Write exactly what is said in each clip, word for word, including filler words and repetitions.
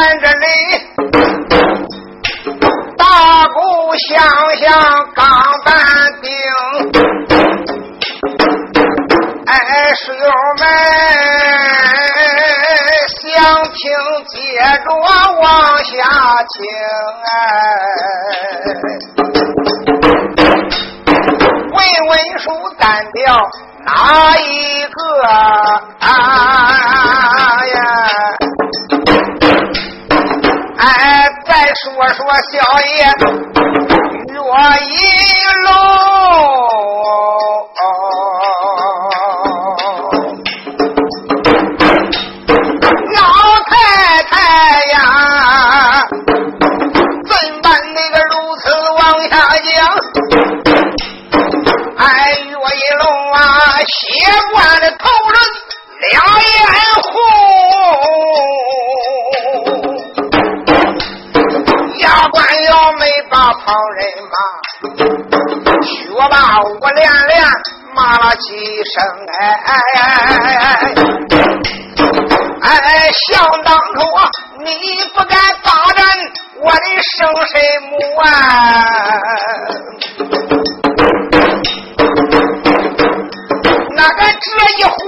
咱这里大鼓响响刚板钉，哎，水友们想听接着往下听，哎，问问书单调哪一个啊呀？哎，再说说小爷岳一龙，老太太呀，怎办那个如此往下讲？哎，岳一龙啊，血灌的头人两眼红，牙关要没把旁人骂，学霸我连连骂了几声，哎哎哎哎哎，想当初你不该大战我的生身母啊，那个这一回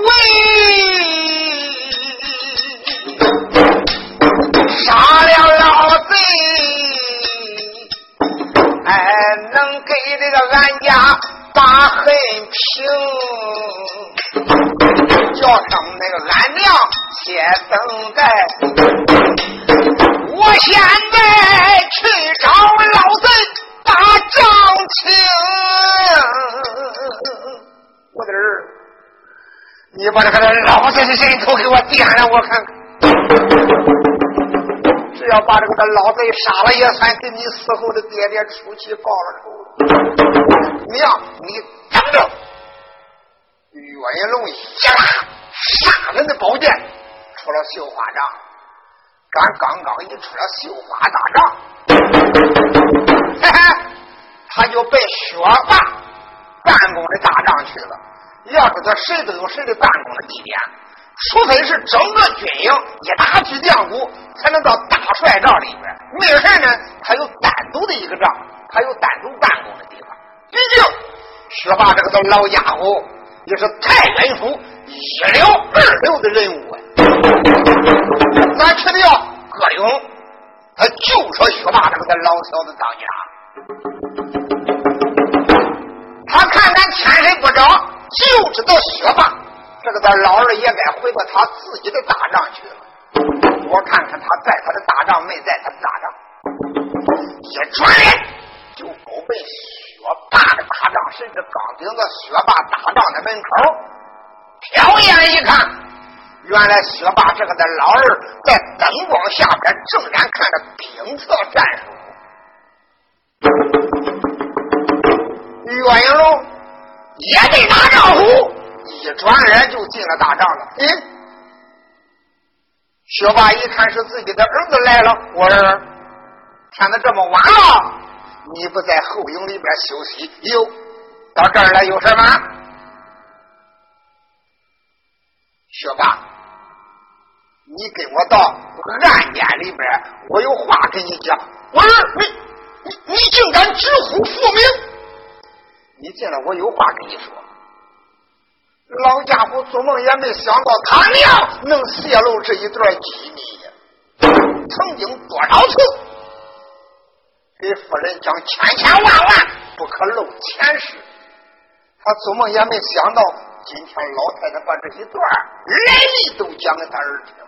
杀了老贼，哎，能给这个俺家把恨平，叫上那个俺娘先等待，我现在去找老贼打仗情。我的儿，你把这个老贼的人头给我点了，我看看。只要把这个老贼杀了，也算给你死后的爹爹出气报了仇。娘，你等着！岳云龙一拉杀人的宝剑出了绣花帐，咱刚刚一出了绣花大帐，嘿嘿，他就被薛霸办公的大帐去了。要知道谁都有谁的办公的地点，除非是整个军营一打去亮谷才能到大帅帐里边，没事呢他有单独的一个帐，他有单独办公的地方。毕竟薛霸这个的老家伙也是太原府一流二流的人物啊，咱去的要葛勇，他就说薛霸这个的老小子当家，他看咱天谁不着，就知道薛霸这个的老二也该回到他自己的大帐去了。我看看他在他的大帐没在他的大帐，一转脸就狗奔薛霸的大帐，甚至刚顶到薛霸大帐的门口，瞟眼一看，原来薛霸这个的老二在灯光下边正然看着兵策战术。岳云龙也得打招呼，一转眼就进了大帐了。嗯，薛霸一看是自己的儿子来了，我儿，天都这么晚了，你不在后营里边休息？哟，到这儿来有事吗？薛霸，你跟我到暗间里边，我有话跟你讲。我儿，你你你竟敢直呼父名！你进来，我有话跟你说。老家伙做梦也没想到他娘能泄露这一段机密呀！曾经多少次给夫人讲千千万万不可露前事，他做梦也没想到今天老太太把这一段来历都讲给他儿听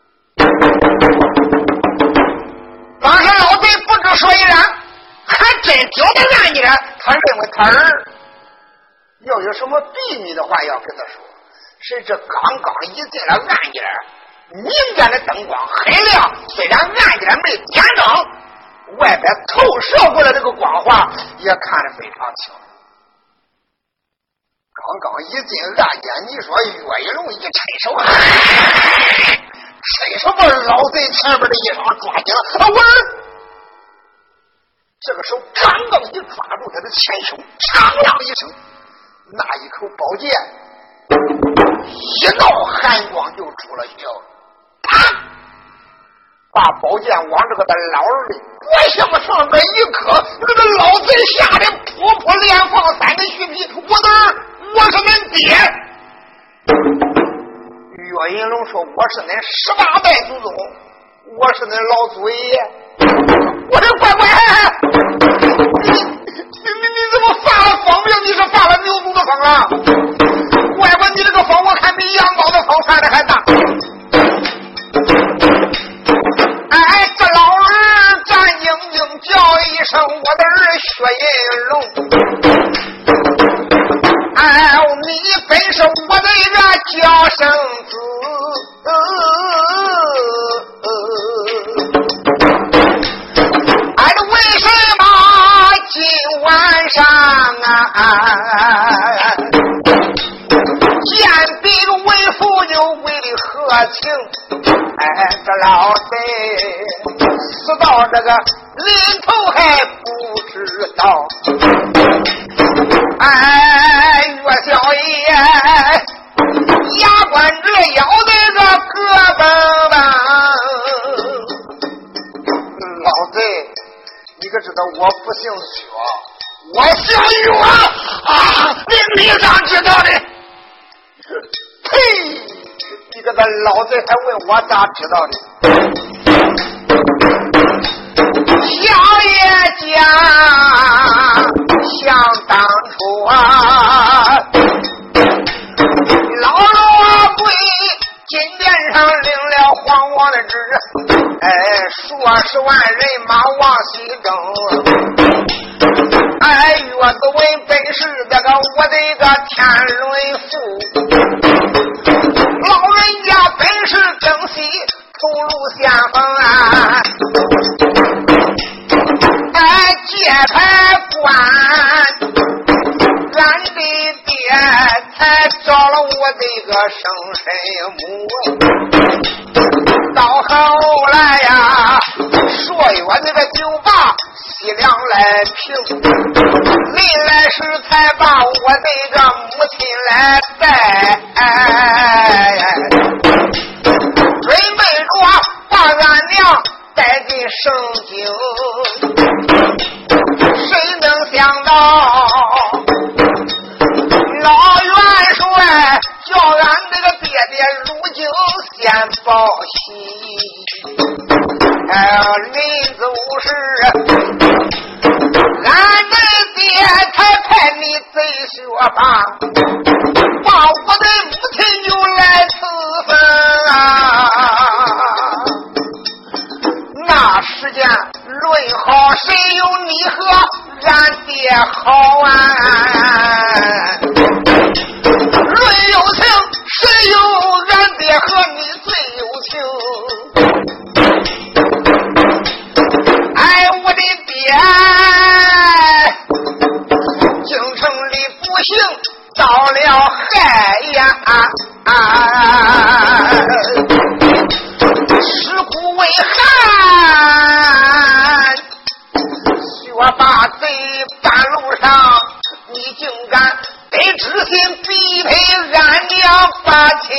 了。当时老贼不知所以然，还真听得暗间，他认为他儿要有什么秘密的话要跟他说，谁知刚刚一进了暗间，民间的灯光很亮，虽然暗间没点灯，外边透射过来这个光华也看得非常清楚。刚刚一进暗间，你说岳云龙一伸手，伸手把老贼前边的衣裳抓紧了，啊，我儿这个手刚刚一抓住他的前胸，嘡啷一声，那一口宝剑一道寒光就出了鞘，啪！ 把宝剑往这个的老二的脖项上边一磕，这个老贼吓得噗噗连放三个虚皮。我的儿，我是恁爹。岳云龙说：“我是恁十八代祖宗，我是恁老祖爷。”我的乖乖，你你你你怎么发了疯病？你是发了牛犊的疯了？乖乖，你这个疯我看比羊羔的疯传的还大。哎，这老儿战兢兢叫一声：“我的儿薛银龙！”哎，你本是我的一个叫声子。哎，为什么今晚上啊，见别个为父就为的何情？哎，这老贼死到这个临头还不知道。哎，岳小爷牙关这咬的个胳膊吧。老贼，你可知道我不姓薛，我姓岳啊！你你咋知道的？呸！你个个老贼还问我咋知道的？小爷家想当初啊，老罗贵金殿上领了皇王的旨，哎，数十万人马往西征。哎，岳子文本是这个我的一个天伦父，老人家本是征西屠戮先锋啊。哎，界牌官，俺的爹才找了我这个生身母，到后来呀，朔岳那个酒吧西凉来平，临来时才把我这个母亲来带，准备着把俺娘带进圣经。谁能想到老元帅叫俺这个爹爹入京先报喜，哎，临走时俺的爹才派你贼学吧，把我的母亲就来赐分啊。那时间论好，谁有你和俺爹好啊？论友情，谁有俺爹和你最有情？哎，我的爹，京城里不幸遭了害呀！啊尸骨为寒，学把贼半路上，你竟敢得知心逼配俺娘把亲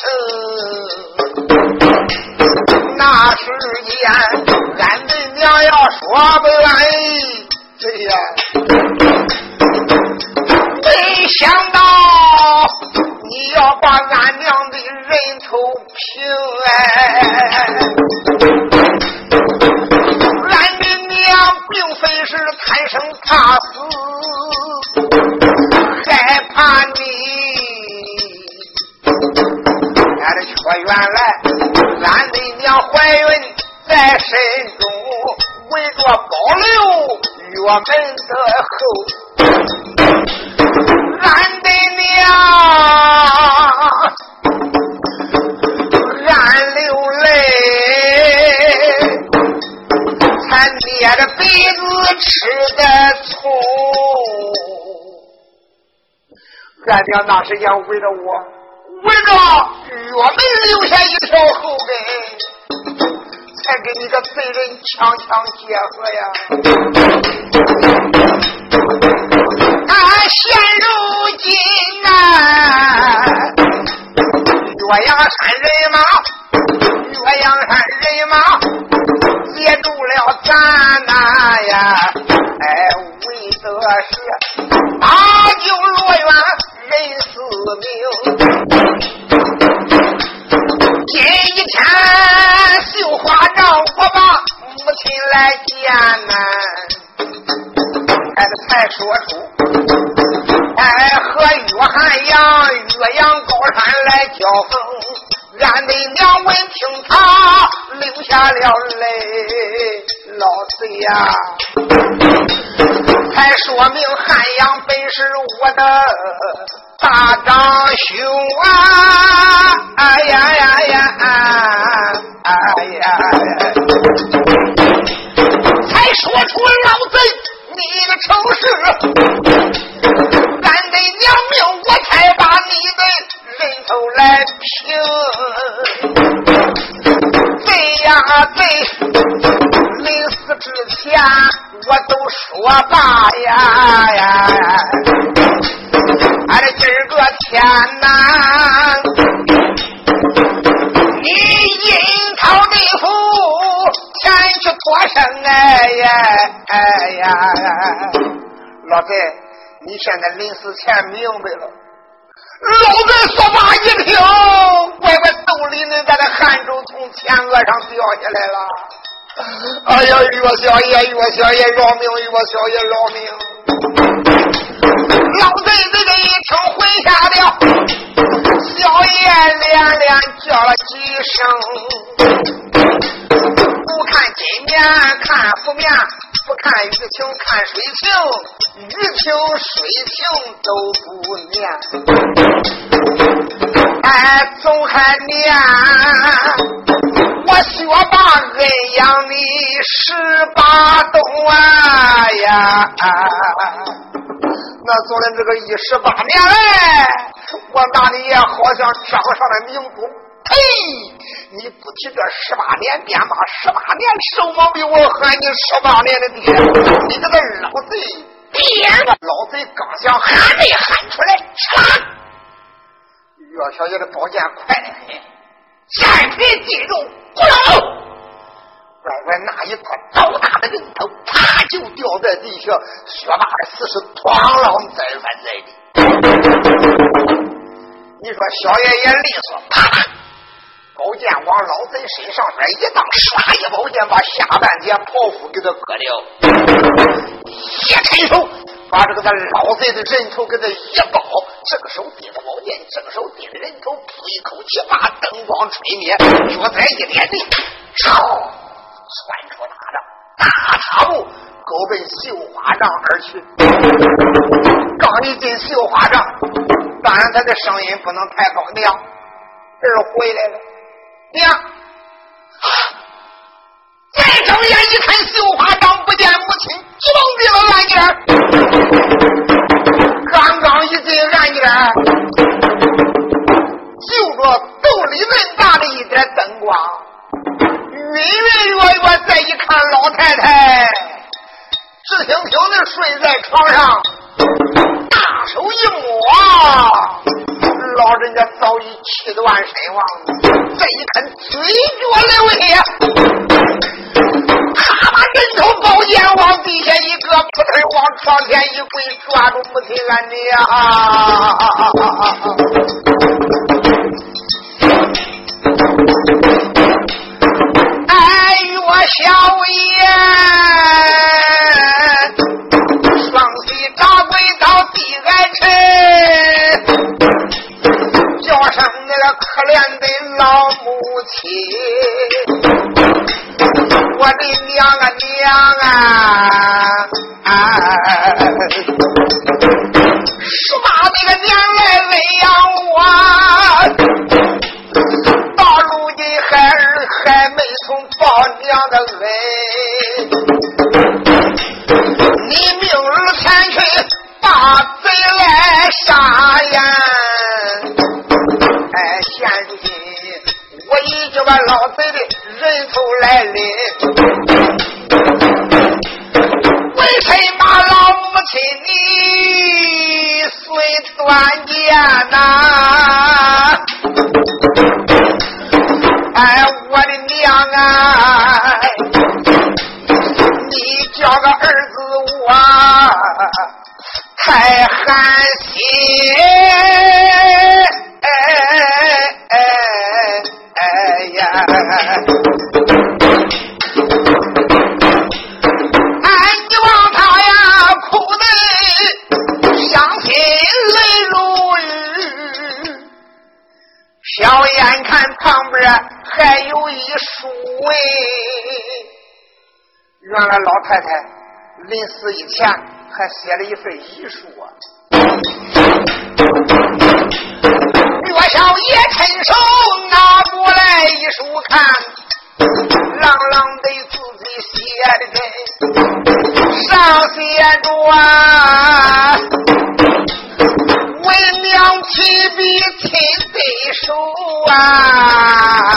成。那时间俺的娘要说不来，这呀，没想到你要把俺娘的人头平，哎，俺的娘并非是贪生怕死，害怕你。俺的说原来俺的娘怀孕在身中，为着保留我们的后，俺的娘俺流泪，才捏着鼻子吃的醋。俺娘那时间为着我，为着我们留下一条后根，才给你个贼人强强结合呀。啊，现如今啊，岳阳山人马，岳阳山人马接住了咱呐呀，哎，为的是搭救罗元人死命。今一天绣花帐，我把母亲来见呐，哎，才说出哎和岳汉阳岳阳高山来交锋。俺的娘闻听他流下了泪，老贼呀，才说明汉阳本是我的大长兄啊！哎呀呀呀，哎呀，才说出老贼你的丑事，俺的娘命，我才把你的人头来平。贼呀贼，临死之前我都说罢呀呀，俺的今儿个天哪，你阴曹地府前去脱生哎呀哎呀，老贼你现在临死前明白了。老贼说罢一听，乖乖兜里那咱的汗珠从前额上掉下来了。哎呀，岳小爷岳小爷饶命，岳小爷饶命。老贼这个一听回下了，小爷连连叫了几声，不看金面看福面，不看雨情看水情，雨情水情都不念，哎，总还念我学把恩养你十八冬啊呀！那做了这个一十八年来，我那里也好像掌上的明珠。嘿，你不提这十八年，便把十八年手毛病，我喊你十八年的爹，你这个老贼！爹，老贼刚想喊没喊出来，哧啦！岳小姐的宝剑快得很，剑腿进入咕噜，乖乖那一颗刀大的人头，啪就掉在地下，学霸的死是哐啷再翻在地。你说小爷爷利索，啪啪！宝剑往老贼身上边一当，唰一宝剑把下半截袍服给他割掉，一伸手把这个他老贼的人头给他一包，这个手提着宝剑，这个手提着人头，噗一口气把灯光吹灭，脚在一点地，唰窜出大帐，大踏步狗奔绣花帐而去。刚一进绣花帐，当然他的声音不能太高，娘儿回来了，娘！再睁眼一看，绣花帐不见母亲，急忙进了暗间。刚刚一进暗间，就着斗里那大的一点灯光，隐隐约约再一看，老太太直挺挺的睡在床上，大手一摸，老人家早已气断身亡，这一看嘴角流血，他把人头宝剑往地下一个，扑腾往床前一跪，抓住母亲俺娘。哎，岳小爷双膝扎跪到地挨沉，叫声那个可怜的老母亲，我的娘啊娘啊！哎，十八那个年来喂养我，到如今孩儿还没从报娘的恩，你明日前去把贼来杀呀！哎，现如今我已经把老贼的人头来领，为什么老母亲你随断剑呐？哎，我的娘啊！ 叫个儿子我太寒心，哎哎哎呀！哎，你望他呀，哭得伤心泪如雨。小眼看旁边还有一书哎，原来老太太临死以前还写了一份遗书啊。岳小爷趁手拿过来一书看，朗朗的自己写的真，上写着啊，为娘提笔亲对手啊，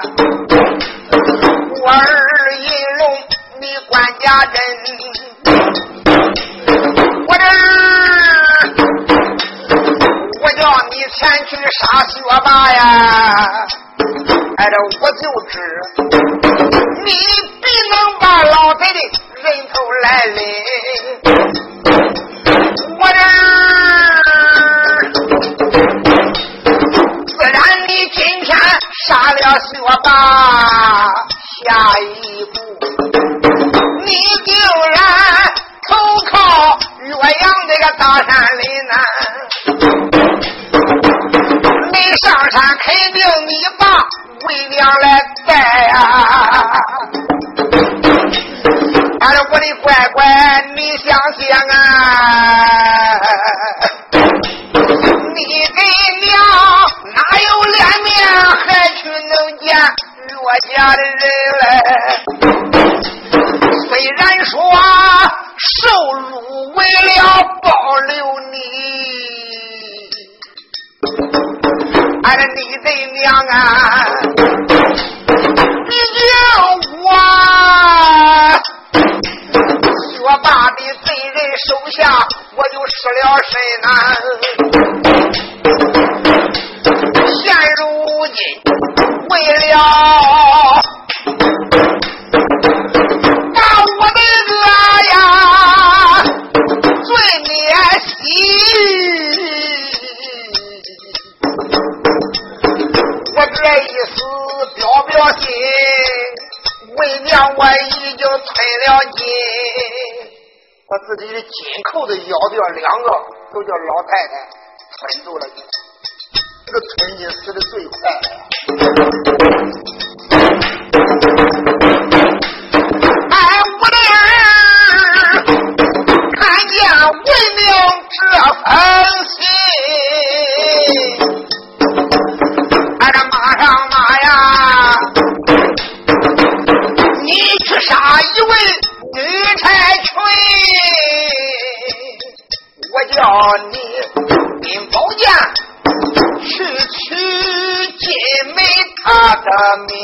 我儿引龙你管家珍，我这儿我叫你前去杀学霸呀，哎这我就知你必能把老贼的人头来领，我这儿自然你今天杀了学霸，下一步你竟然投靠岳阳这个大山里呢，你上山肯定你爸为娘来带呀！哎，我的乖乖，你想想啊，你给娘哪有脸面还去能见岳家的人来？虽然说受辱为了保留你，哎，你的娘啊，毕竟我学霸的贼人手下，我就失了身呐。现如今为了把我的个呀罪孽洗，我这一死表表心，为娘我已经存了金，把自己的金扣子咬掉两个，都叫老太太存住了。这个存金死的最快了。哎，我的儿看见为娘这份心，哎，这马上马呀，你去杀一位女差群，我叫你拎宝剑去取金梅他的命。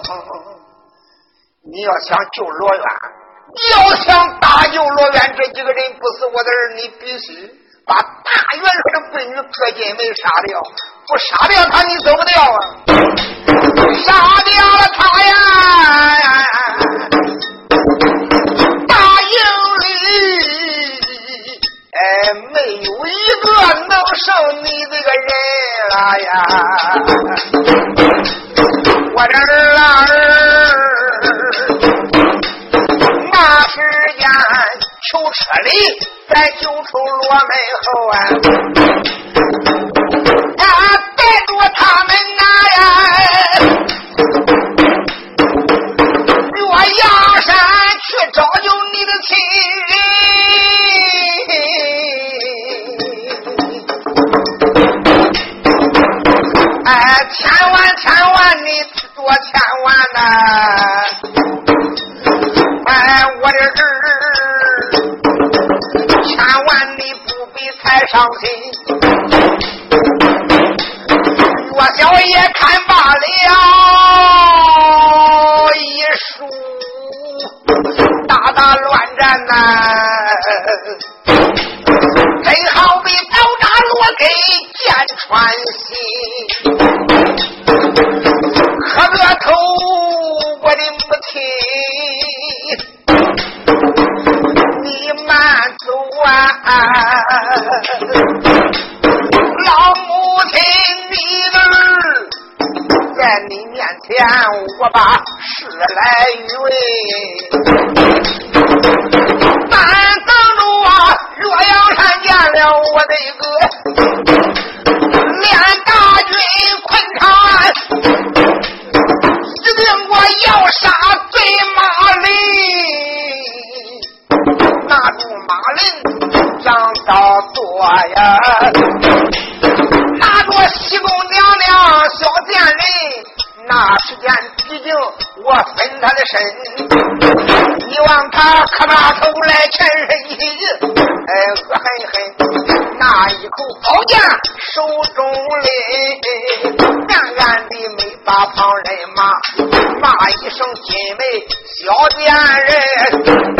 你要想救罗渊，要想搭救罗渊，这几个人不是我的儿，你必须把大元帅的闺女葛金梅杀掉，不杀掉他你走不掉啊！杀掉了他呀，大营里哎没有一个能胜你这个人了呀！我这儿啊那时间求车里在救出罗门后啊，他带着他们那呀若阳山去找救你的亲人，哎，千万千万你多千万呐！哎，我的儿，千万你不必太伤心。岳小爷看罢了一书，大大乱战呐，真好比刀扎罗给剑穿心，喝个头我的母亲是来云。但等着啊，岳阳山见了我的一个练大军昆长安，一定我要杀贼马林，拿住马林让刀做呀，拿着西宫娘娘小贱人，那时间毕竟我分他的身，你望他磕把头来全身一哎，恶狠狠那一口宝剑手中拎，暗暗的没把旁人骂，骂一声金妹小贱人。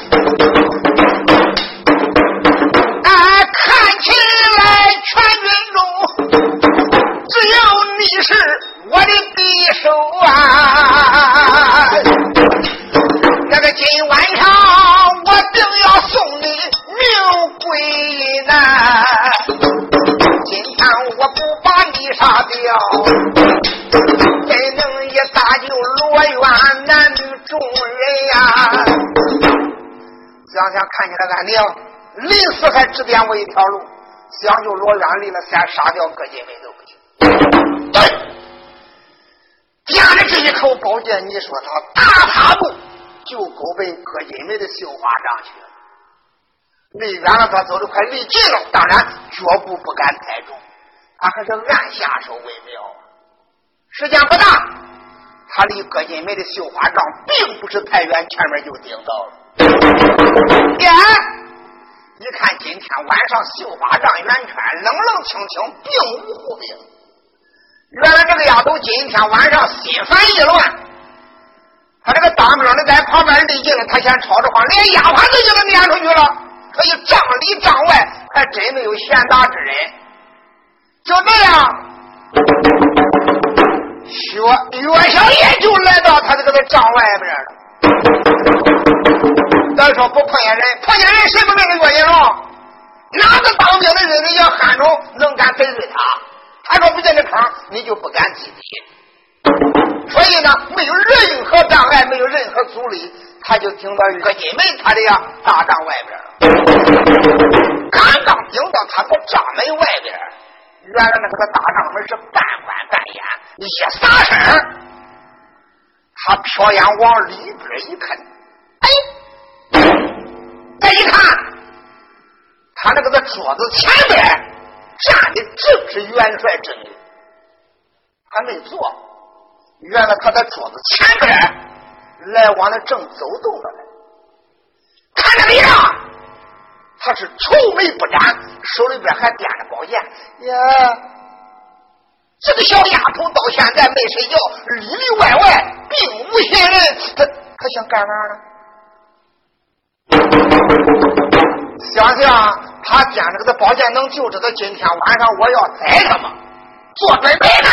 哎，看起来全军中只有你是我的匕首啊！那个今晚上我定要送你命归难，今天我不把你杀掉，真能也搭救罗元南众人呀、啊！想想看起来俺娘临死还指点我一条路，想救罗元离了先杀掉各姐妹都不行。对，掂着这一口宝剑，你说他大踏步就狗奔各姐妹的绣花帐去了。离远了他走得快离近了，当然脚步不敢太重，他还是按下手为妙。时间不大，他离各姐妹的绣花帐并不是太远，前面就顶到了。耶！一看今天晚上绣花帐圆圈冷冷清清，并无护兵。原来这个丫头今天晚上心烦意乱，他这个当兵的在旁边离近了，他先吵着慌，连丫鬟都给他撵出去了。所以帐里帐外还真没有贤达之人。就这样，薛岳小爷就来到他这个帐外边了。咱说不碰见人，碰见人谁不认识岳云龙？哪个当兵的人人叫汉中能敢得罪他？他说不见这坑，你就不敢击敌。所以呢，没有任何障碍，没有任何阻力，他就听到一个因为他的呀大帐外边了。刚刚顶到他的帐门外边，原来那个大帐门是半关半掩，一些撒声，他瞟眼往里边一看，哎，再一看，他那个在桌子前边站的正是元帅郑宇，还没坐，原来他在桌子前边来往的正走动着呢。看这个样，他是愁眉不展，手里边还掂着宝剑呀。这个小丫头到现在没睡觉，里里外外并无信任，他他想干嘛呢？想想他捡这个宝剑能救着他，今天晚上我要宰他吗？做准备呢。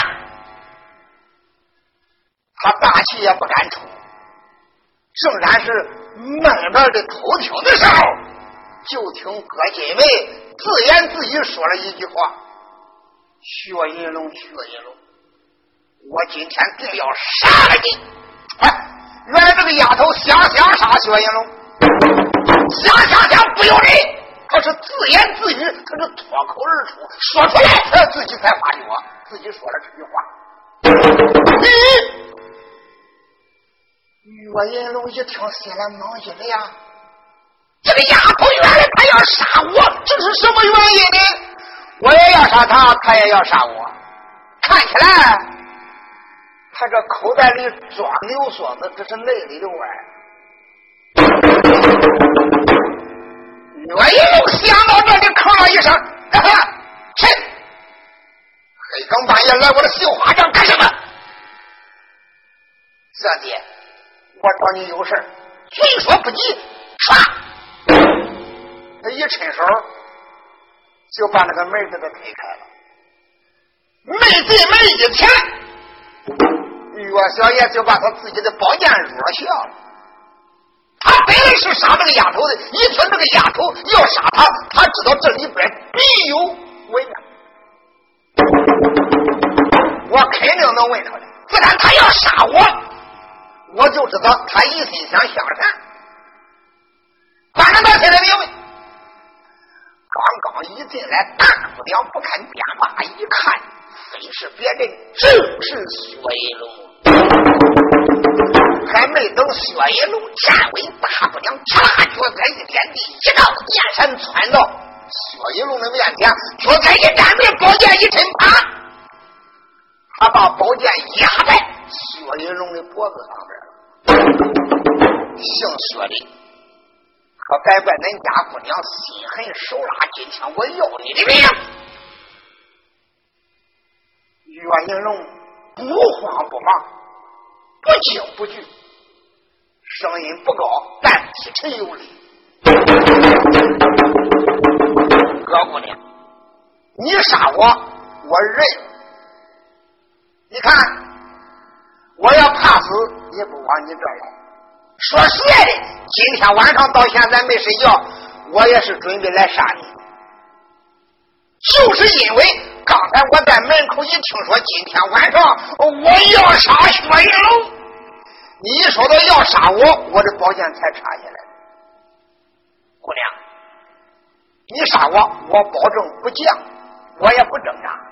他大气也不敢出，正然是慢慢的偷听的时候，就听葛金梅自言自语说了一句话：薛银龙，薛银龙，我今天定要杀了你！哎，原来这个丫头想想杀薛银龙，想想想不由人，可是自言自语，可是脱口而出，说出来他自己才发觉自己说了这句话。你岳银龙一听，心里猛一的呀，这个丫头原来她要杀我，这是什么原因呢？我也要杀她，她也要杀我。看起来她这口袋里装牛梭子，这是内里的味。岳银龙想到这里，咳了一声：“哈哈，谁？黑更半夜来我的绣花帐干什么？”小姐，我找你有事，虽说不急，唰，他一伸手就把那个门给他推开了。没进门以前，岳小爷就把他自己的宝剑入了鞘了。他本来是杀这个丫头的，一听这个丫头要杀他，他知道这里边必有危难，我肯定能问出来。自然他要杀我， 我就知道他一心想向善，反正他现在明白。刚刚一进来，大姑娘不看便罢，一看非是别人，就是薛一龙。还没等薛一龙站稳，大姑娘嚓啦脚跟一点地，一道电闪窜到薛一龙的面前，脚跟一站稳，宝剑一抻，啪，他把宝剑压在薛一龙的脖子上边。姓薛的，可该怪恁家姑娘心狠手辣，今天我要你的命！岳云龙不慌不忙，不惊不惧，声音不高，但低沉有力。哥姑娘，你杀我，我认。你看，我要怕死也不往你这儿来。说实在的，今天晚上到现在没睡觉，我也是准备来杀你，就是因为刚才我在门口一听说今天晚上我要杀薛云龙，你一说到要杀我，我的宝剑才插下来。姑娘，你杀我，我保证不犟，我也不挣扎。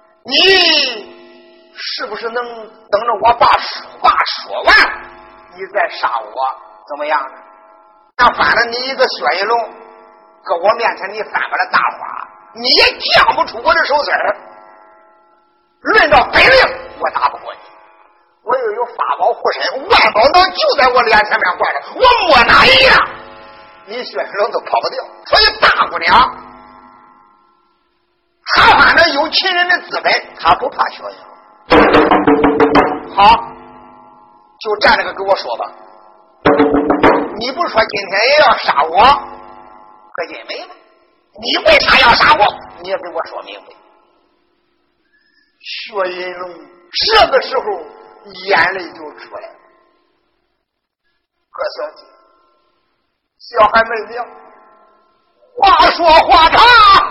你是不是能等着我把话说完，你再杀我，怎么样呢？那反正你一个薛一龙，搁我面前你翻不了大花，你也犟不出我的手指儿。论到本领，我打不过你，我又有法宝护身，万宝刀就在我脸前面挂着，我摸哪一样，你薛一龙都跑不掉。所以大姑娘，她反正有秦人的资本，她不怕薛一龙。好，就站这个给我说吧，你不说今天也要杀我，可劲没吗？你为啥要杀我？你也给我说明白。薛云龙这个时候眼泪就出来了。葛小姐，小孩没命，话说话长。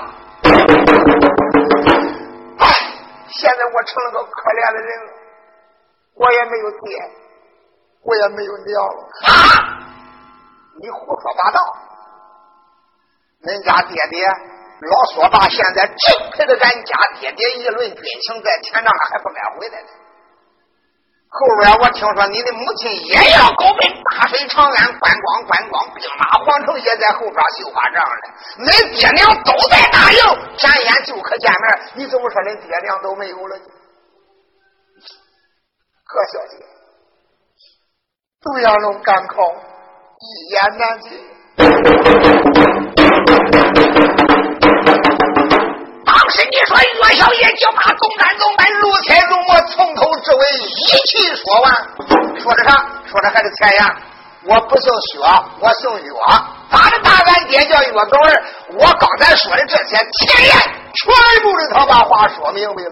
哎，现在我成了个可怜的人了，我也没有爹，我也没有娘了。啊！你胡说八道！恁家爹爹老说爸现在正陪着咱家爹爹一轮军情，在天上还不敢回来呢。后边我听说你的母亲也要狗奔大水长安，观光观光，兵马皇城也在后边绣花帐呢。恁爹娘都在大营，转眼就可见面，你怎么说恁爹娘都没有了呢？何小姐，杜阳龙赶考，一言难尽。当时你说岳小爷就把东山东北如天如墨从头至尾一气说完，说的啥？说的还是前言。我不姓薛，我姓岳，咋的？大俺爹叫岳狗儿。我刚才说的这些前言，全部的他把话说明白了。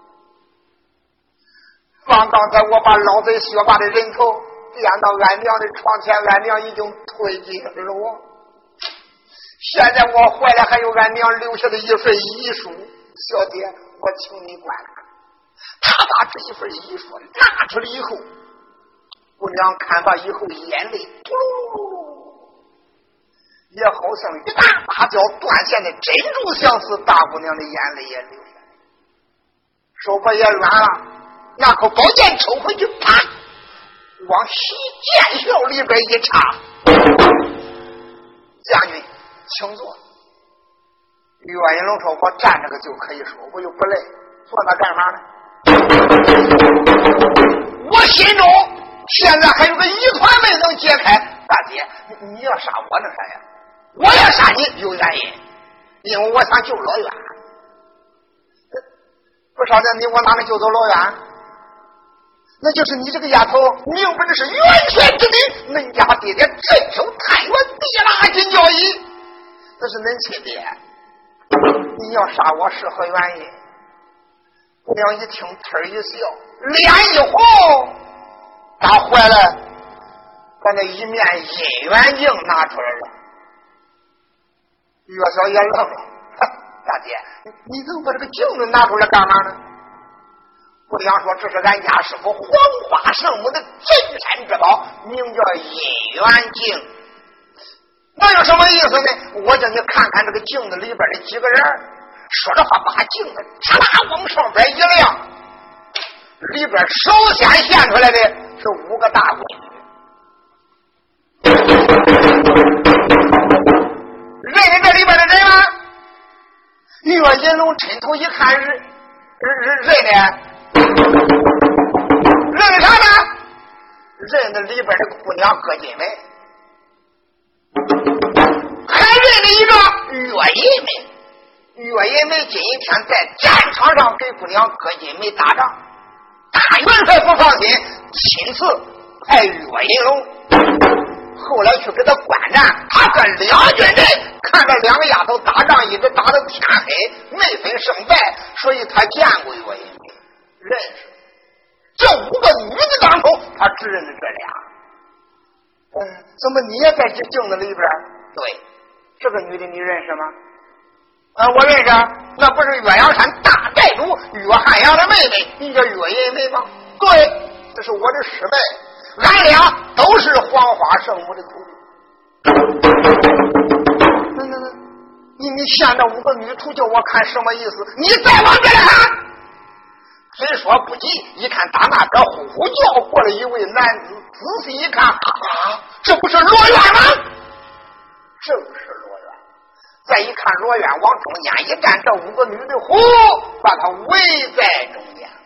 刚刚才我把老贼薛霸的人头垫到俺娘的床前，俺娘已经推进了我。现在我怀里还有俺娘留下的一份遗书，小姐，我请你观看。他把这一份遗书拿出来以后，姑娘看罢以后，眼泪嘟噜噜噜，也好像一大把条断线的珍珠相似，大姑娘的眼泪也流下来，手把也软了，那口宝剑抽回去，啪，往洗剑鞘里边一插。将军请坐。岳云龙说：“我站着个就可以说，我又不累，坐那干嘛呢？我心中现在还有个疑团没能解开。大姐，你你要杀我那啥呀？我要杀你有原因，因为我想救老远。不杀掉你，我哪能救走老远？那就是你这个丫头明白的是元帅之礼，恁家爹爹镇守太原地拉金交椅，那是恁亲爹。你要杀我是何原因？”姑娘一听，忒一笑，脸一红，打坏了，把那一面姻缘镜拿出来了。岳小爷愣了：“大姐，你怎么把这个镜子拿出来干嘛呢？ 姑娘说：“这是俺家师傅黄花圣母的镇山之宝，名叫姻缘镜。那有什么意思呢？我叫你看看这个镜子里边的几个人。”说着话，把镜子嚓啦往上边一亮，里边首先现出来的是五个大闺女。认识这里边的人吗？岳银龙抻头一看，认认认的。认啥呢？认的里边的姑娘葛金梅，还认了一个岳银梅。岳银梅今天在战场上给姑娘葛金梅打仗，大元帅不放心，亲自派岳银龙，后来去给他观战，他跟两军人看着两个丫头打仗，一直打到天黑，没分胜败，所以他见过岳银梅，认识。这五个女子当中，他只认识这俩。嗯，怎么你也在这镜子里边？对，这个女的你认识吗？啊，我认识，那不是岳阳山大寨主岳汉阳的妹妹，你叫岳银梅吗？对，这是我的师妹，俺俩都是黄花圣母的徒弟。那那那，你你现在五个女徒叫我看什么意思？你再往这来看。虽说不急，一看打那边呼呼叫过来一位男子，仔细一看，啊，这不是罗元吗？正是罗元。再一看罗元往中间一站，这五个女的呼把他围在中间了。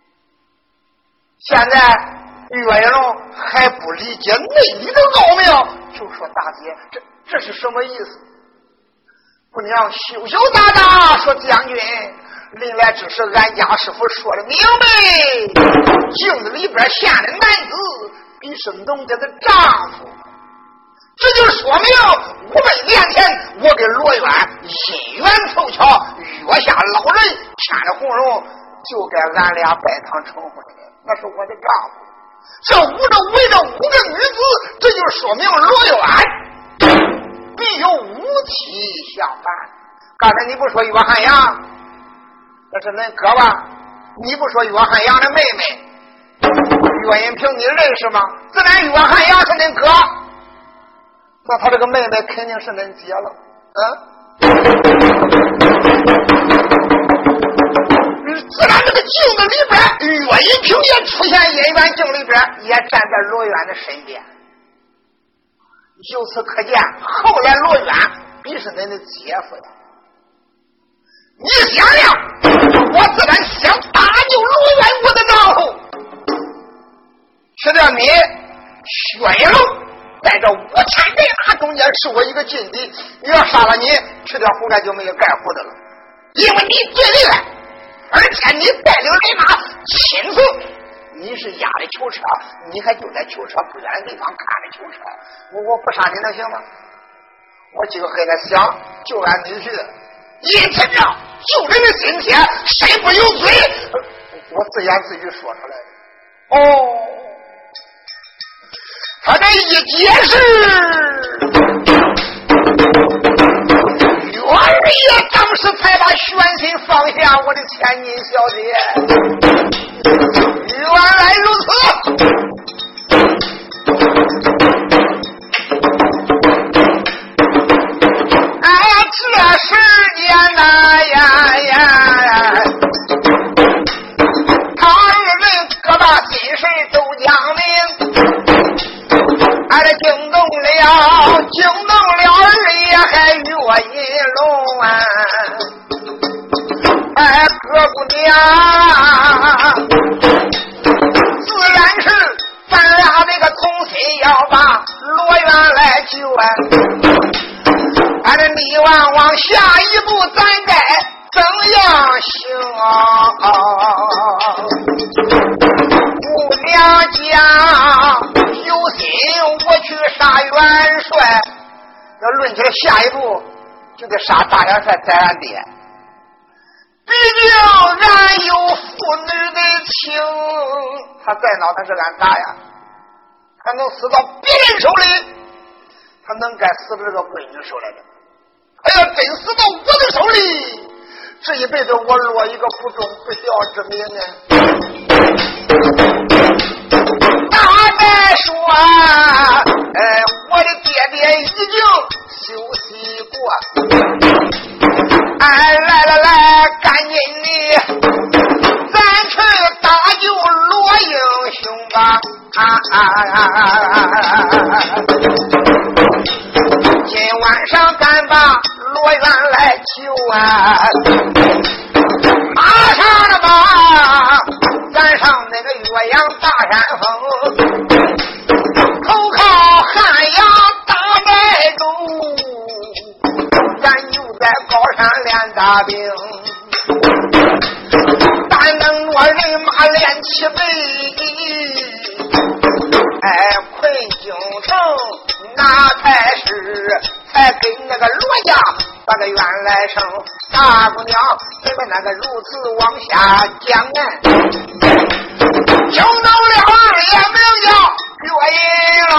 现在岳云龙还不理解内里的奥妙，就说大姐，这这是什么意思？姑娘羞羞答答说：“将军，临来之时，俺家师傅说的明白，镜子里边现的男子必是农家的丈夫，这就说明五百年前我跟罗渊姻缘凑巧，约下老人牵着红绒，就该俺俩拜堂成婚的，那是我的丈夫。这五个围着五个女子，这就说明罗渊必有五妻相伴。刚才你不说岳汉阳？那是恁哥吧？你不说岳汉阳的妹妹岳银平你认识吗？自然岳汉阳是恁哥，那他这个妹妹肯定是恁姐了。嗯，自然这个镜子里边岳银平也出现，姻缘镜里边也站在罗渊的身边。由此可见，后来罗渊必是恁的姐夫呀。你想想，我自然想搭救罗渊我的丈夫，吃掉你薛银龙在这五千人马中间是我一个劲敌，你要杀了你，吃掉胡盖就没有盖胡的了，因为你最厉害，而且你带领人马亲自，你是压的囚车，你还就在囚车不远的地方看着囚车，我我不杀你能行吗？我今个黑的想救俺女婿，一听着救人的心切，谁不有罪？我自言自语说出来的。哦，他这一解释，元儿爷当时才把悬心放下，我的千金小姐，原来如此。这时间呐呀呀，他二人各把心事都讲明，俺这惊动了，惊动了二爷还岳银龙啊，哎，哥姑娘，自然是咱俩这个同心要把罗渊来救啊。俺这你望望下一步咱该怎样行啊？姑娘家有心我去杀元帅，要论起来下一步就得杀大元帅宰俺爹，毕竟俺有父女的情，他再恼他是俺啥呀？他能死到别人手里，他能该死到这个闺女手来的。他要真死到我的手里， 这一辈子我落一个不忠不孝之名呢。大概说，呃，我的爹爹已经休息过。哎，来来来，赶紧的，咱去搭救罗英雄吧！啊啊啊啊啊！今晚上咱把罗元来救啊！马上了吧，咱上那个岳阳大山峰，投靠汉阳大寨主，咱就在高山练大兵，但能我人马练七倍。哎，困京城那才是才给那个罗家把个原来生。大姑娘你们那个如此往下讲呢，就到了二爷名叫岳银龙，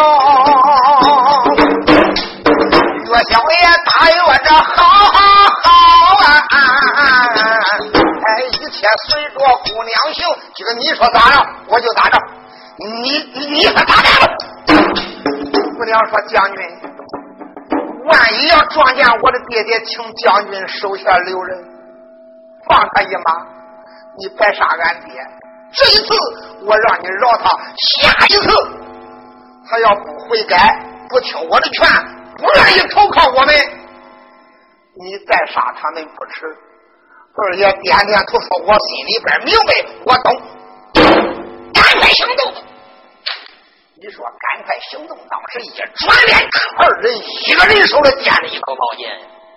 岳小爷大岳这好好好啊，哎，一切随着姑娘行，这个你说咋着我就咋着，你你说咋着？姑娘说将军，万一要撞见我的爹爹，请将军手下留人，放他一马，你别杀俺爹。这一次我让你饶他，下一次他要不悔改，不听我的劝，不愿意投靠我们，你再杀他们不迟。二爷点点头说，我心里边明白，我懂，赶快行动。你说赶快行动，当时一转脸，二人一个人手里掂着一口宝剑，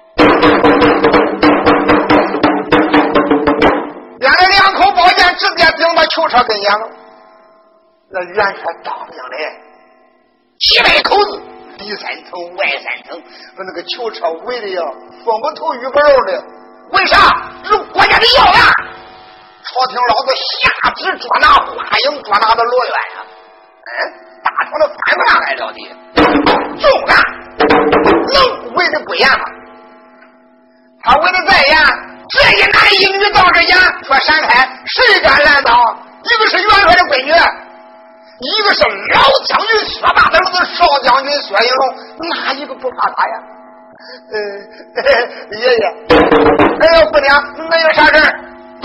掂着两口宝剑直接顶到囚车跟前了。那原车当兵的七百口子，里三层外三层，把那个囚车围的呀风不透雨不漏的。为啥？是国家的要员，朝廷老子下旨捉拿花营，捉拿的罗元呀、啊。嗯。大朝的反不上来着的，重案能围的不严吗？他围的再严，这一男一女到这前说闪开，谁敢拦挡？一个是元帅的闺女，一个是老将军薛霸的儿子少将军薛银龙，哪一个不怕他呀？呃，爷爷，哎呦姑娘，那有啥事儿？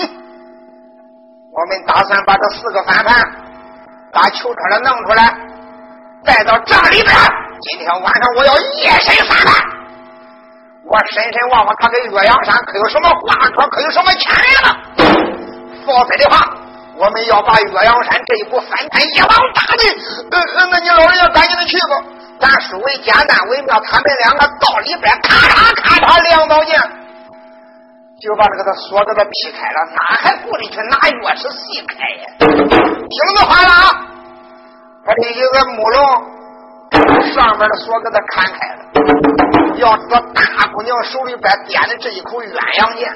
我们打算把这四个反叛把囚车的弄出来，带到这里边。今天晚上我要夜审反叛，我深深望望他跟岳阳山可有什么话说，可有什么牵连了。否则的话，我们要把岳阳山这一股反叛一网打尽。呃呃，那你老人家赶紧的去吧。咱书为简单为妙，他们两个到里边咔嚓咔嚓两刀剑，就把这个他锁子给劈开了，哪还顾得去拿钥匙细开呀？听着话了啊！把这一个木笼上面的锁给他砍开了。要知道大姑娘手里边掂的这一口鸳鸯剑，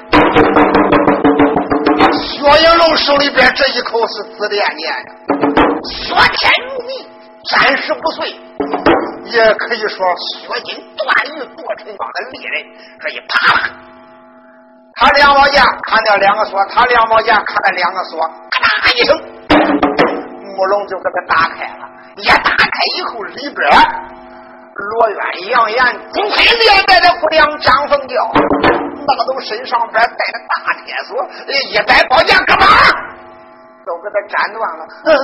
薛银龙手里边这一口是紫电剑呀，锁天如泥，暂时不碎，也可以说削金断玉剁成钢的利刃。这一啪啦，他两毛剑砍掉两个锁，他两毛剑砍了两个锁，咔嚓一声，木笼就给他打开了。一打开以后，里边罗渊、杨延、钟馗连带的不良张凤娇，那都身上边带着大铁锁，一摆宝剑干嘛都给他斩断了。嗯，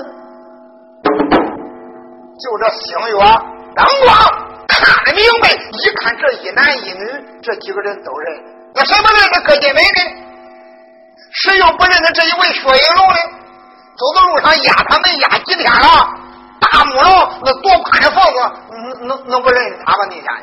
就这星月灯光看得明白，一看这一男一女，这几个人都认。那什么认得葛金梅呢？谁又不认得这一位薛银龙呢？走到路上压他们压几天了，大木龙那多宽的房子，能能不认识他吧？你想想。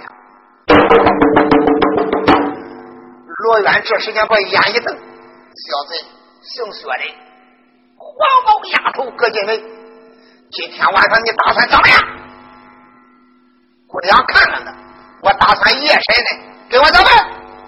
罗渊这时间把眼一瞪，小子，姓薛的黄毛丫头葛金梅，今天晚上你打算怎么样？姑娘看看呢，我打算夜审呢，给我怎么？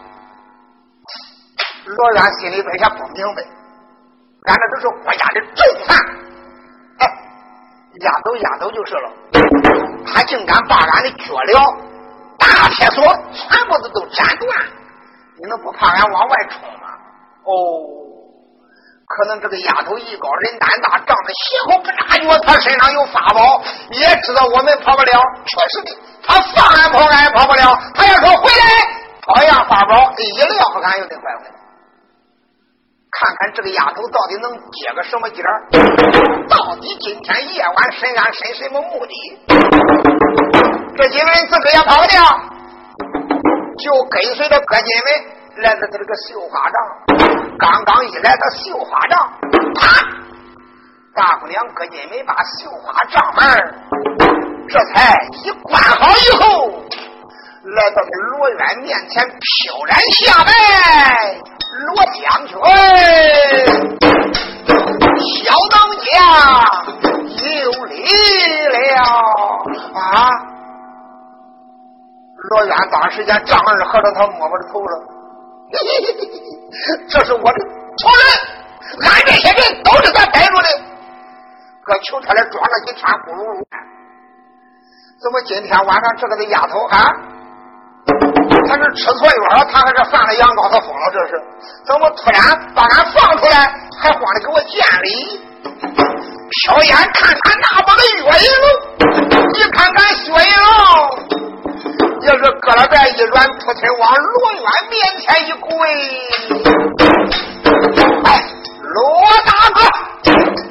罗渊心里边也不明白，俺这都是国家的重犯，哎，压走压走就是了，他竟敢把俺的脚镣、大铁锁全部都都斩断，你能不怕俺往外冲吗？ 哦，可能这个丫头艺高人胆大，仗着邪乎不扎脚，她身上有法宝，也知道我们跑不了。确实的，她放俺跑，俺也跑不了。她要说回来跑一样法宝，一撂不敢有点怪怪。看看这个丫头到底能接个什么劲儿？到底今天夜晚审案审什么目的？这几个人自个也跑不掉，就跟随着葛金梅来到这个绣花帐。刚刚一来到绣花帐，啪！大姑娘葛金梅把绣花帐门这才一关好以后，来到罗渊面前飘然下拜。罗将军，小当家有礼了啊！罗渊当时间丈二合着他摸摸着头了，嘿嘿嘿嘿嘿，这是我的仇人，俺这些人都是他逮住的。可求他来装了几天咕噜噜，怎么今天晚上这个的丫头啊？他是吃错药了，他还是犯了羊羔，他疯了，这是怎么突然把俺放出来，还慌着给我见礼？瞟眼看看那帮的岳云龙，一看看薛云龙，也是搁了在一软扑腿往罗渊面前一跪。哎，罗大哥，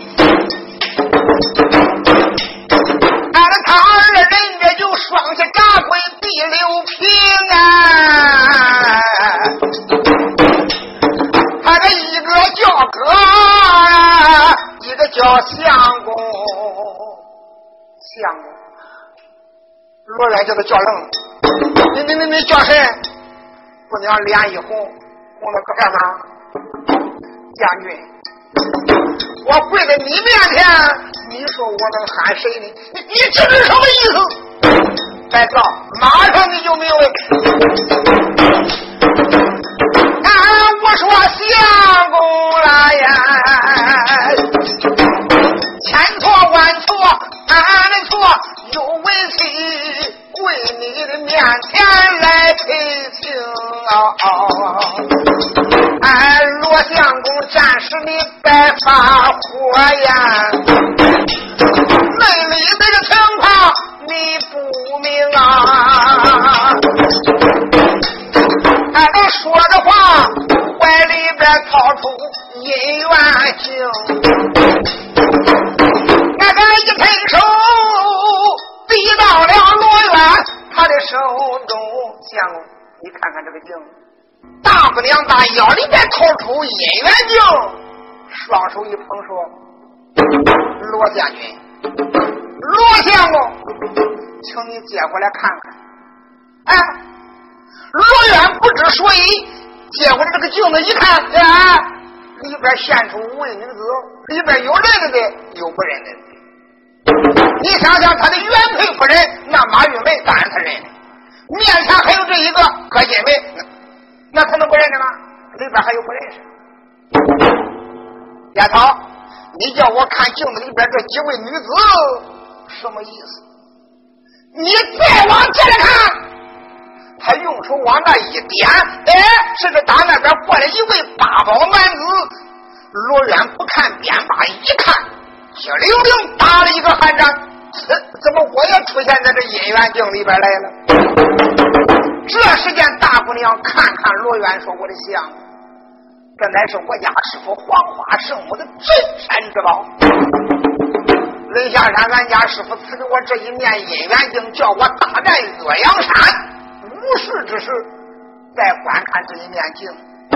俺的他二人这就双膝扎跪第六平啊！他的一个叫哥，一个叫相公，相公，罗渊叫他叫愣，你你你你叫谁？姑娘脸一红，红了个干嘛？将军，我跪在你面前，你说我能喊谁呢？你你这是什么意思？再知道，马上你就明白。啊，我说相公了呀，千错万错，俺的错，有为妻跪你的面前来赔情啊！哎，罗相公，暂时你别发火呀，内里这个情况你不明啊！哎，他说的话，怀里边掏出姻缘经，那个一推手，递到了罗渊他的手中。相公，你看看这个镜，大姑娘把腰里边掏出姻缘镜，双手一捧说：“罗将军，罗相公，请你接过来看看。”哎，罗渊不知所以，接过来这个镜子一看，哎，里边现出五位女子，里边有认得的，有不认得的。你想想，他的原配夫人那马玉梅，当然他认得。面前还有这一个葛金梅，那他能不认识吗？里边还有不认识。丫头，你叫我看镜子里边这几位女子什么意思？你再往这来看，他用手往那一点，哎，是这打那边过来一位八宝男子。罗渊不看便罢，一看，血淋淋打了一个寒战。怎么我也出现在这姻缘镜里边来了？这时间大姑娘看看罗渊说：“我的相公，这乃是我家师傅黄花圣母的镇山之宝。雷下山俺家师傅赐给我这一面姻缘镜，叫我大战岳阳山，无事之事再观看这一面镜，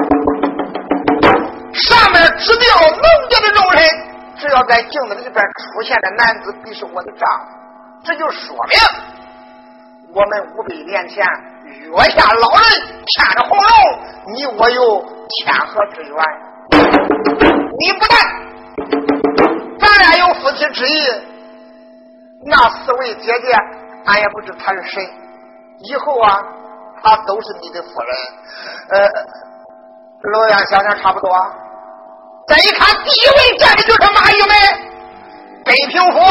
上面指定能见的众人，只要在镜子里边出现的男子必是我的丈夫，这就说明我们五百年前约下老人牵着红龙，你我有天河之缘。你不但咱俩有夫妻之意，那四位姐姐俺也不知她是谁，以后啊她都是你的夫人。呃罗渊想想差不多。再一看第一位站的就是马玉梅，北平府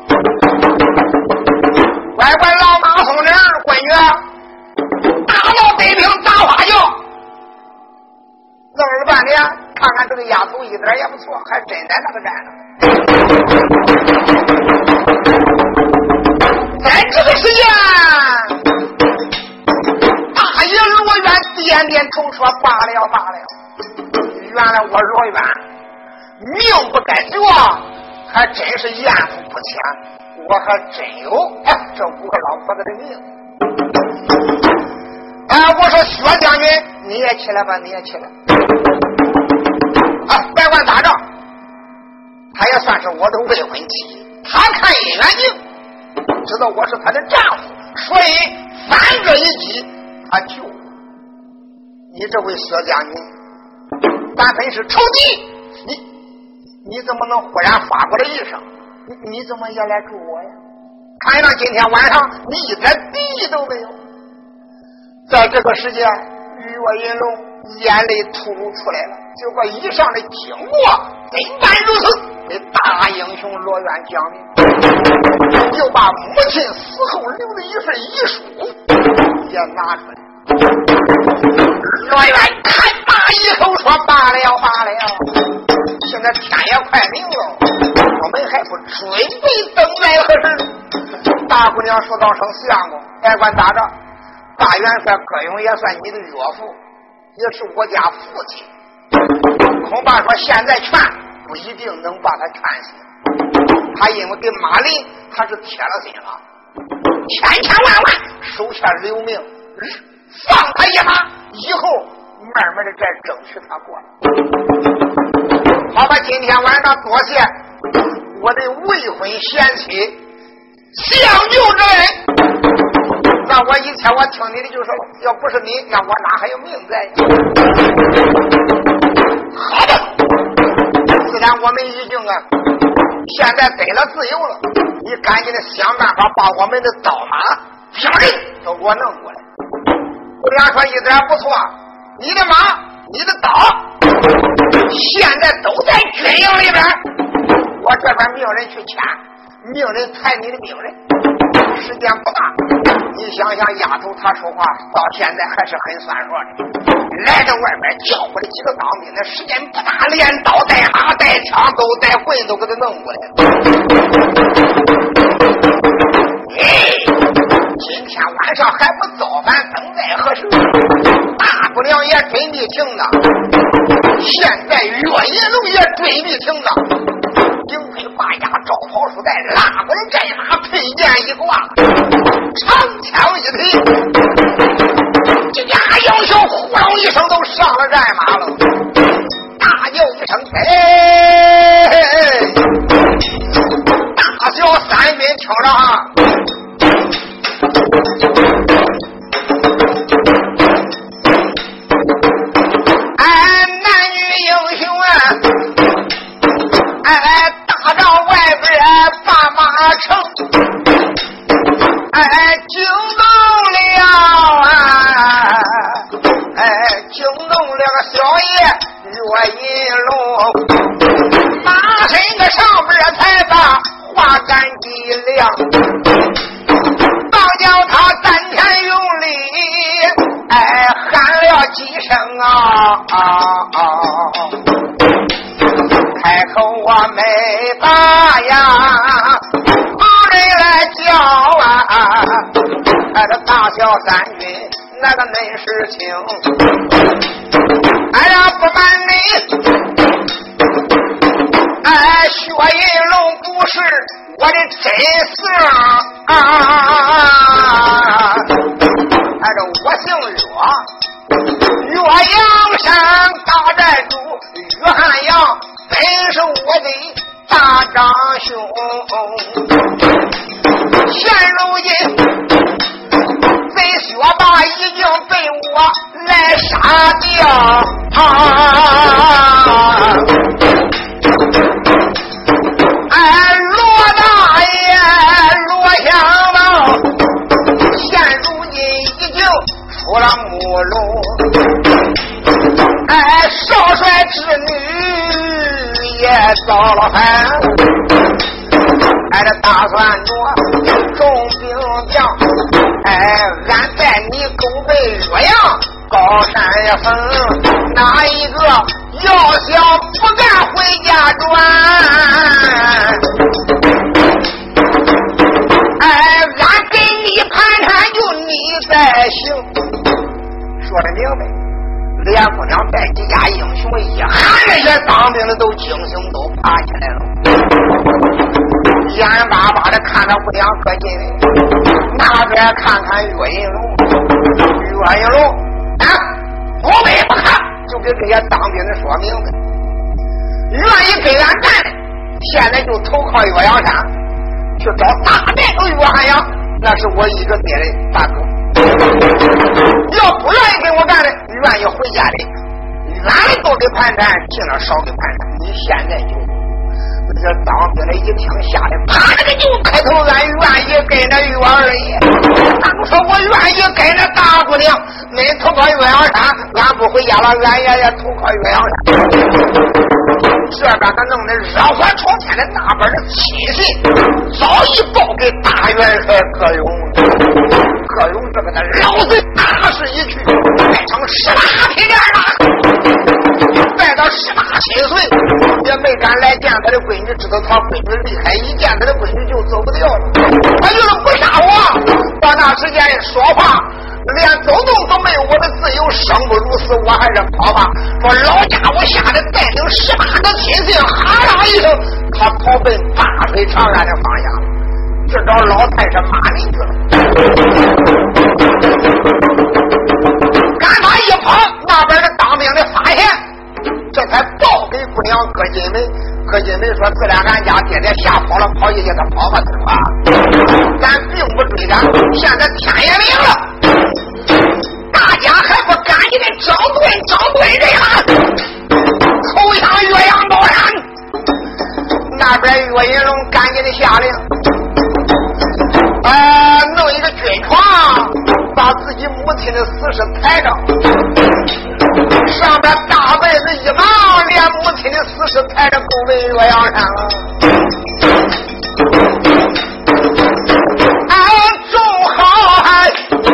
乖乖老马送人闺女，打到北平大花轿，弄了半年看看这个丫头一点也不错，还真在那个站着。在这个时间，大爷罗元点点头说：“罢了罢了，原来我罗元命不该绝，还真是艳福不浅，我还真有哎这五个老婆子的命。”哎，我说薛将军，你也起来吧，你也起来。啊，别管咋着，他也算是我的未婚妻，他看姻缘境，知道我是他的丈夫，所以反这一击，他救我。你这位薛将军，咱本是仇敌，你你怎么能忽然发过来一声？你你怎么也来助我呀？看到今天晚上你一点敌意都没有。在这个时间，玉若银龙眼泪突如出来了，就把以上的经过怎般如此，给大英雄罗元讲明，就把母亲死后留的一份遗书也拿出来。罗元看罢以后说：“罢了罢了，现在天也快明了，我们还不准备等待何时？”大姑娘说道声：“相公，别管咋着，大元帅葛勇也算你的岳父，也是我家父亲，恐怕说现在劝不一定能把他劝醒。他因为跟马林他是铁了心了，千千万万手下留名，放他一马，以后慢慢的再争取他过来。好吧，今天晚上多谢我的未婚贤妻相救之恩。那我以前我听你的就说，要不是你，那我哪还有命在？好的，既然我们已经啊，现在得了自由了，你赶紧的想办法把我们的刀马兵人都给我弄过来。不然说一点不错，你的马、你的刀，现在都在军营里边，我这边命人去签，命人裁你的命人。时间不大，你想想丫头她说话到现在还是很算数的，来到外边叫过来几个当兵的，时间不大，连刀带马带枪都带棍都给他弄过来了。哎，今天晚上还不早饭，等待何时？大姑娘也准备停了，现在岳银龙也准备停了。顶盔把甲，罩袍束带，拉过来战马，佩剑一挂，长枪一提，这家英雄呼隆一声都上了战马了，大叫一声：“哎！”大小三军听着啊，哎，男女英雄啊！哎，大帐外边把马乘，哎，惊动了啊！哎，惊动了个小爷岳银龙，马身个上边才把花杆一亮，当叫他三天用力，哎，喊了几声啊啊啊！开口我没答呀，旁人来叫啊，哎，这大小三军那个恁事情，哎呀不瞒你，哎，薛银龙不是我的真姓啊，哎，这我姓岳，岳阳山大寨主岳汉阳。本是我的大长兄，现如今贼薛霸已经被我来杀掉啊！哎，罗大爷罗香老，现如今已经出了木笼，哎，少帅之女也遭了害，哎，这打算着重兵将，哎，俺在你狗背洛阳高山也分，哪一个英要想不敢回家转，哎，俺给你盘缠就你在行。说的明白，连姑娘带几家英雄一喊，这些当兵的都惊醒，都爬起来了，眼巴巴的看到姑娘搁进来，那边看看岳云龙，岳云龙啊，不为不看，就给这些当兵的说明白，愿意给俺干的，现在就投靠岳阳山，去找大寨主岳汉阳，那是我一个爹的大哥。要不愿意跟我干的，愿意回家的，俺都给盘缠，尽量少给盘缠。你现在就这当兵的一听吓得啪那个就开头，俺愿意跟着岳二爷。当说我愿意跟着大姑娘，恁投靠岳阳山，俺不回家了，俺爷爷投靠岳阳山。这边他弄得热火朝天的，那边的亲信早已报给大元帅葛勇，葛勇这个的老贼大势一去，变成十八匹脸了，拜到十八七岁也没敢来见他的闺女，知道他闺女厉害，一见他的闺女就走不掉了。他就是不杀我，到那时间说话连走动都没有我的自由，生不如死，我还是跑吧。说老家伙吓得带领十八个亲信，哈啦一声，他跑奔八水长安的方向，这找老太是马林去了。赶他一跑，那边的当兵的发现，这才报给姑娘葛金梅。葛金梅说：“自然俺家爹爹吓跑了，跑一下他跑吧，他说咱并不追赶，现在天也明了。”大家还不赶紧的整顿整顿这个投降岳阳高山。那边岳云龙赶紧的下令，呃，弄一个军床，把自己母亲的死尸抬着，上边大被子一忙，连母亲的死尸抬着，够奔岳阳山了。哎，正好还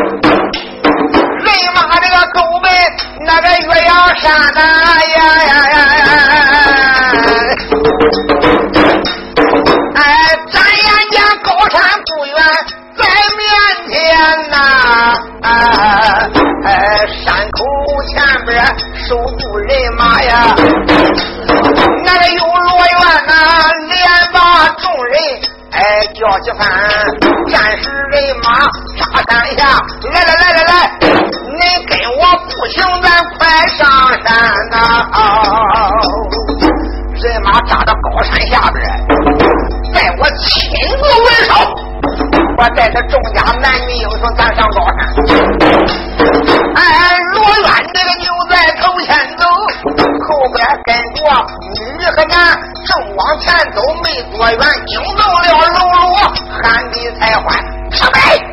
狗奔那个岳阳山呐呀呀呀呀！哎，转眼间高山不远在面前呐！哎，哎山口前边守住人马呀，那个有罗元呐，连把众人哎叫几番，战士人马扎山下，来来来来来！你跟我步行，咱快上山呐、啊！人马扎到高山下边，带我亲自为首，我带着众家男女英雄，咱上高山。哎，罗元这个牛在头前走，后边跟着女和男，正往前走，没多远，惊动了喽啰，喊比才欢，上来！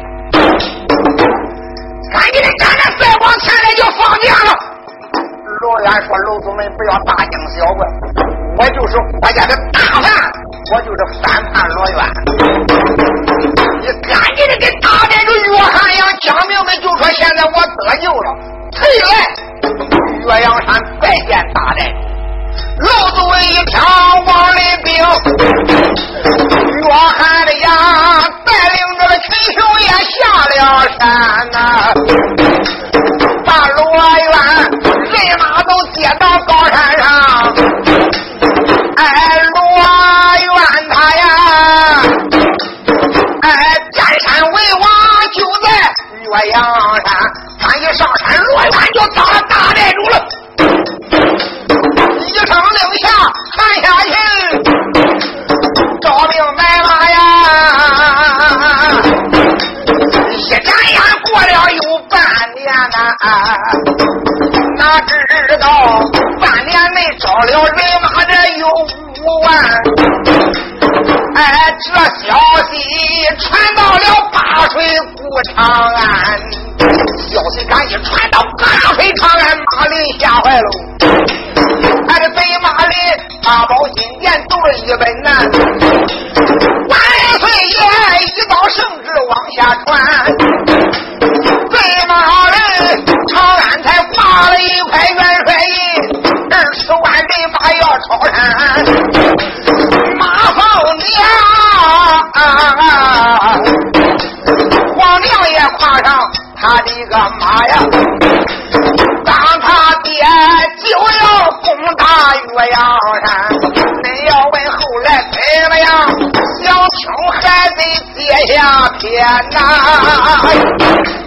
赶紧的站着，再往前来就放假了。罗元说：“楼主们不要大惊小怪，我就是国家的大犯，我就是反叛罗元。你赶紧的给大寨主岳汉阳讲明白，就说现在我得救了，退来岳阳山拜见大寨主。”楼主们一听，王林兵岳汉的呀，带领着群雄也下了山呐、啊，把罗元人马都接到高山上。哎，罗元他呀，哎，占山为王，就在岳阳山。他一上山，罗元就当了大寨主了。一声令下，喊下去，招兵买马呀！一眨眼过了有半年呐、啊，哪知道半年内招了人马这有五万。哎，这消息传到了八水古长安，消息赶紧传到八水长安，马林吓坏了。还是贼马林八宝金殿都是一本难，万岁爷一道圣旨往下传，贼马林长安才挂了一块元帅印，二十万呀，当他爹就要攻打岳阳山，恁要问后来怎么样？小青还得接下天呐、啊！